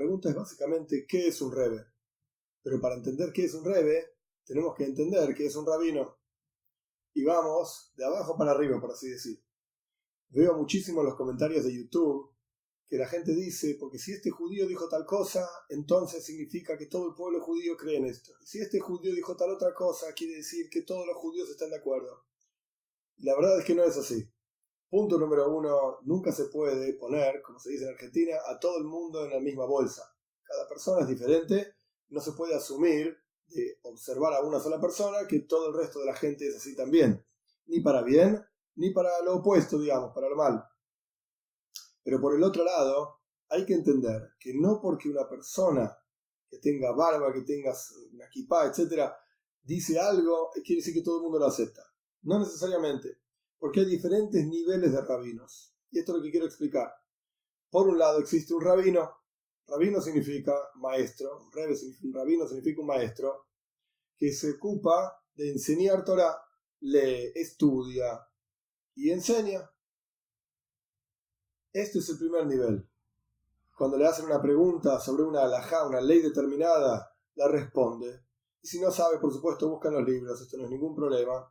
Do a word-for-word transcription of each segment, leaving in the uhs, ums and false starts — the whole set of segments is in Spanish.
pregunta es básicamente ¿qué es un Rebbe? Pero para entender qué es un Rebbe, tenemos que entender qué es un rabino. Y vamos de abajo para arriba, por así decir. Veo muchísimo en los comentarios de YouTube que la gente dice, porque si este judío dijo tal cosa, entonces significa que todo el pueblo judío cree en esto. Y si este judío dijo tal otra cosa, quiere decir que todos los judíos están de acuerdo. Y la verdad es que no es así. Punto número uno, nunca se puede poner, como se dice en Argentina, a todo el mundo en la misma bolsa. Cada persona es diferente, no se puede asumir de observar a una sola persona que todo el resto de la gente es así también. Ni para bien, ni para lo opuesto, digamos, para lo mal. Pero por el otro lado, hay que entender que no porque una persona que tenga barba, que tenga una kipá, etcétera, dice algo, quiere decir que todo el mundo lo acepta. No necesariamente, porque hay diferentes niveles de rabinos. Y esto es lo que quiero explicar. Por un lado existe un rabino. Rabino significa maestro. Un rebbe significa, un rabino significa un maestro que se ocupa de enseñar Torah, lee, estudia y enseña. Este es el primer nivel. Cuando le hacen una pregunta sobre una halajá, una ley determinada, la responde. Y si no sabe, por supuesto, busca en los libros, esto no es ningún problema.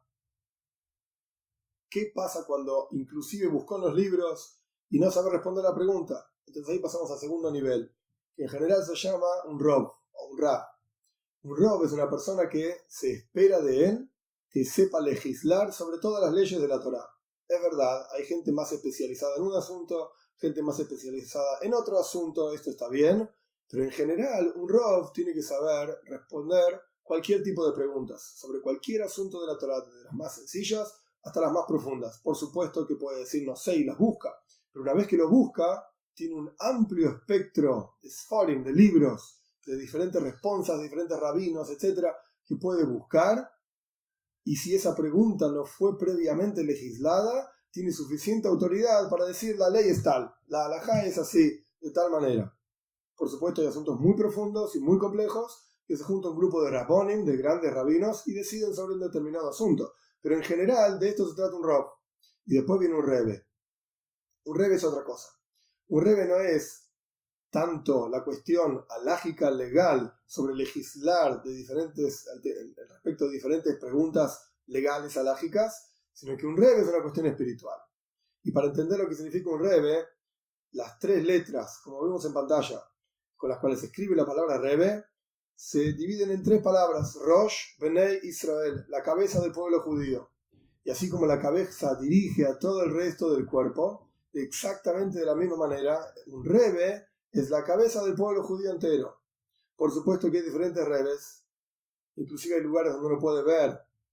¿Qué pasa cuando inclusive buscó en los libros y no sabe responder la pregunta? Entonces ahí pasamos al segundo nivel, que en general se llama un Rov o un Rab. Un Rov es una persona que se espera de él que sepa legislar sobre todas las leyes de la Torá. Es verdad, hay gente más especializada en un asunto, gente más especializada en otro asunto, esto está bien, pero en general un Rov tiene que saber responder cualquier tipo de preguntas sobre cualquier asunto de la Torá, desde las más sencillas hasta las más profundas. Por supuesto que puede decir no sé y las busca, pero una vez que lo busca, tiene un amplio espectro de sforim, de libros, de diferentes responsas, de diferentes rabinos, etcétera, que puede buscar. Y si esa pregunta no fue previamente legislada, tiene suficiente autoridad para decir la ley es tal, la halajá es así, de tal manera. Por supuesto hay asuntos muy profundos y muy complejos que se junta un grupo de rabbonim, de grandes rabinos, y deciden sobre un determinado asunto. Pero en general de esto se trata un Rov. Y después viene un Rebbe. Un Rebbe es otra cosa. Un Rebbe no es tanto la cuestión halágica legal sobre legislar de diferentes, respecto a diferentes preguntas legales halágicas, sino que un Rebbe es una cuestión espiritual. Y para entender lo que significa un Rebbe, las tres letras, como vemos en pantalla, con las cuales se escribe la palabra Rebbe, se dividen en tres palabras: Rosh, Benei, Israel, la cabeza del pueblo judío. Y así como la cabeza dirige a todo el resto del cuerpo, exactamente de la misma manera, un Rebbe es la cabeza del pueblo judío entero. Por supuesto que hay diferentes Rebbes, inclusive hay lugares donde uno puede ver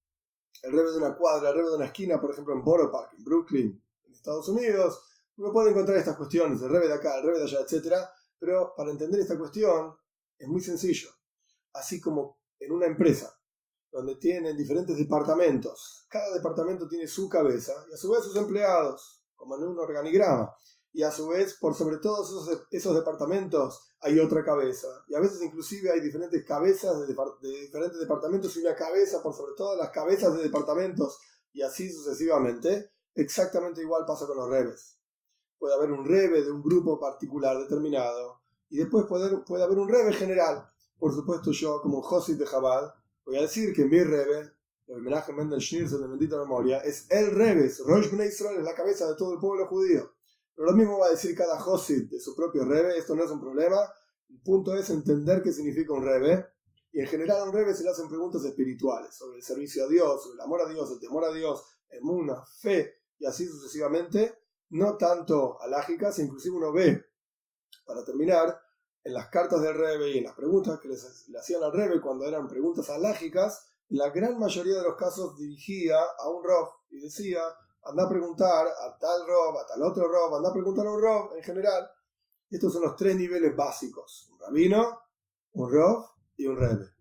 el Rebbe de una cuadra, el Rebbe de una esquina, por ejemplo en Borough Park, en Brooklyn, en Estados Unidos. Uno puede encontrar estas cuestiones, el Rebbe de acá, el Rebbe de allá, etcétera. Pero para entender esta cuestión es muy sencillo. Así como en una empresa, donde tienen diferentes departamentos, cada departamento tiene su cabeza y a su vez sus empleados, como en un organigrama. Y a su vez, por sobre todos esos, esos departamentos hay otra cabeza. Y a veces inclusive hay diferentes cabezas de, de diferentes departamentos y una cabeza por sobre todas las cabezas de departamentos. Y así sucesivamente. Exactamente igual pasa con los Rebbes. Puede haber un Rebbe de un grupo particular determinado. Y después puede, puede haber un Rebbe general. Por supuesto yo, como un Josid de Chabad, voy a decir que mi Rebbe, el homenaje a Mendel Schneerson de bendita memoria, es el Rebbe, Rosh Bnei Israel, es la cabeza de todo el pueblo judío. Pero lo mismo va a decir cada Josid de su propio Rebbe, esto no es un problema. El punto es entender qué significa un Rebbe. Y en general a un Rebbe se le hacen preguntas espirituales sobre el servicio a Dios, sobre el amor a Dios, el temor a Dios, emuna, fe, y así sucesivamente. No tanto halágicas, inclusive uno ve, para terminar, en las cartas del Rebbe y en las preguntas que les, le hacían al Rebbe cuando eran preguntas halágicas, en la gran mayoría de los casos dirigía a un Rov y decía: anda a preguntar a tal Rov, a tal otro Rov, anda a preguntar a un Rov en general. Estos son los tres niveles básicos: un rabino, un Rov y un Rebbe.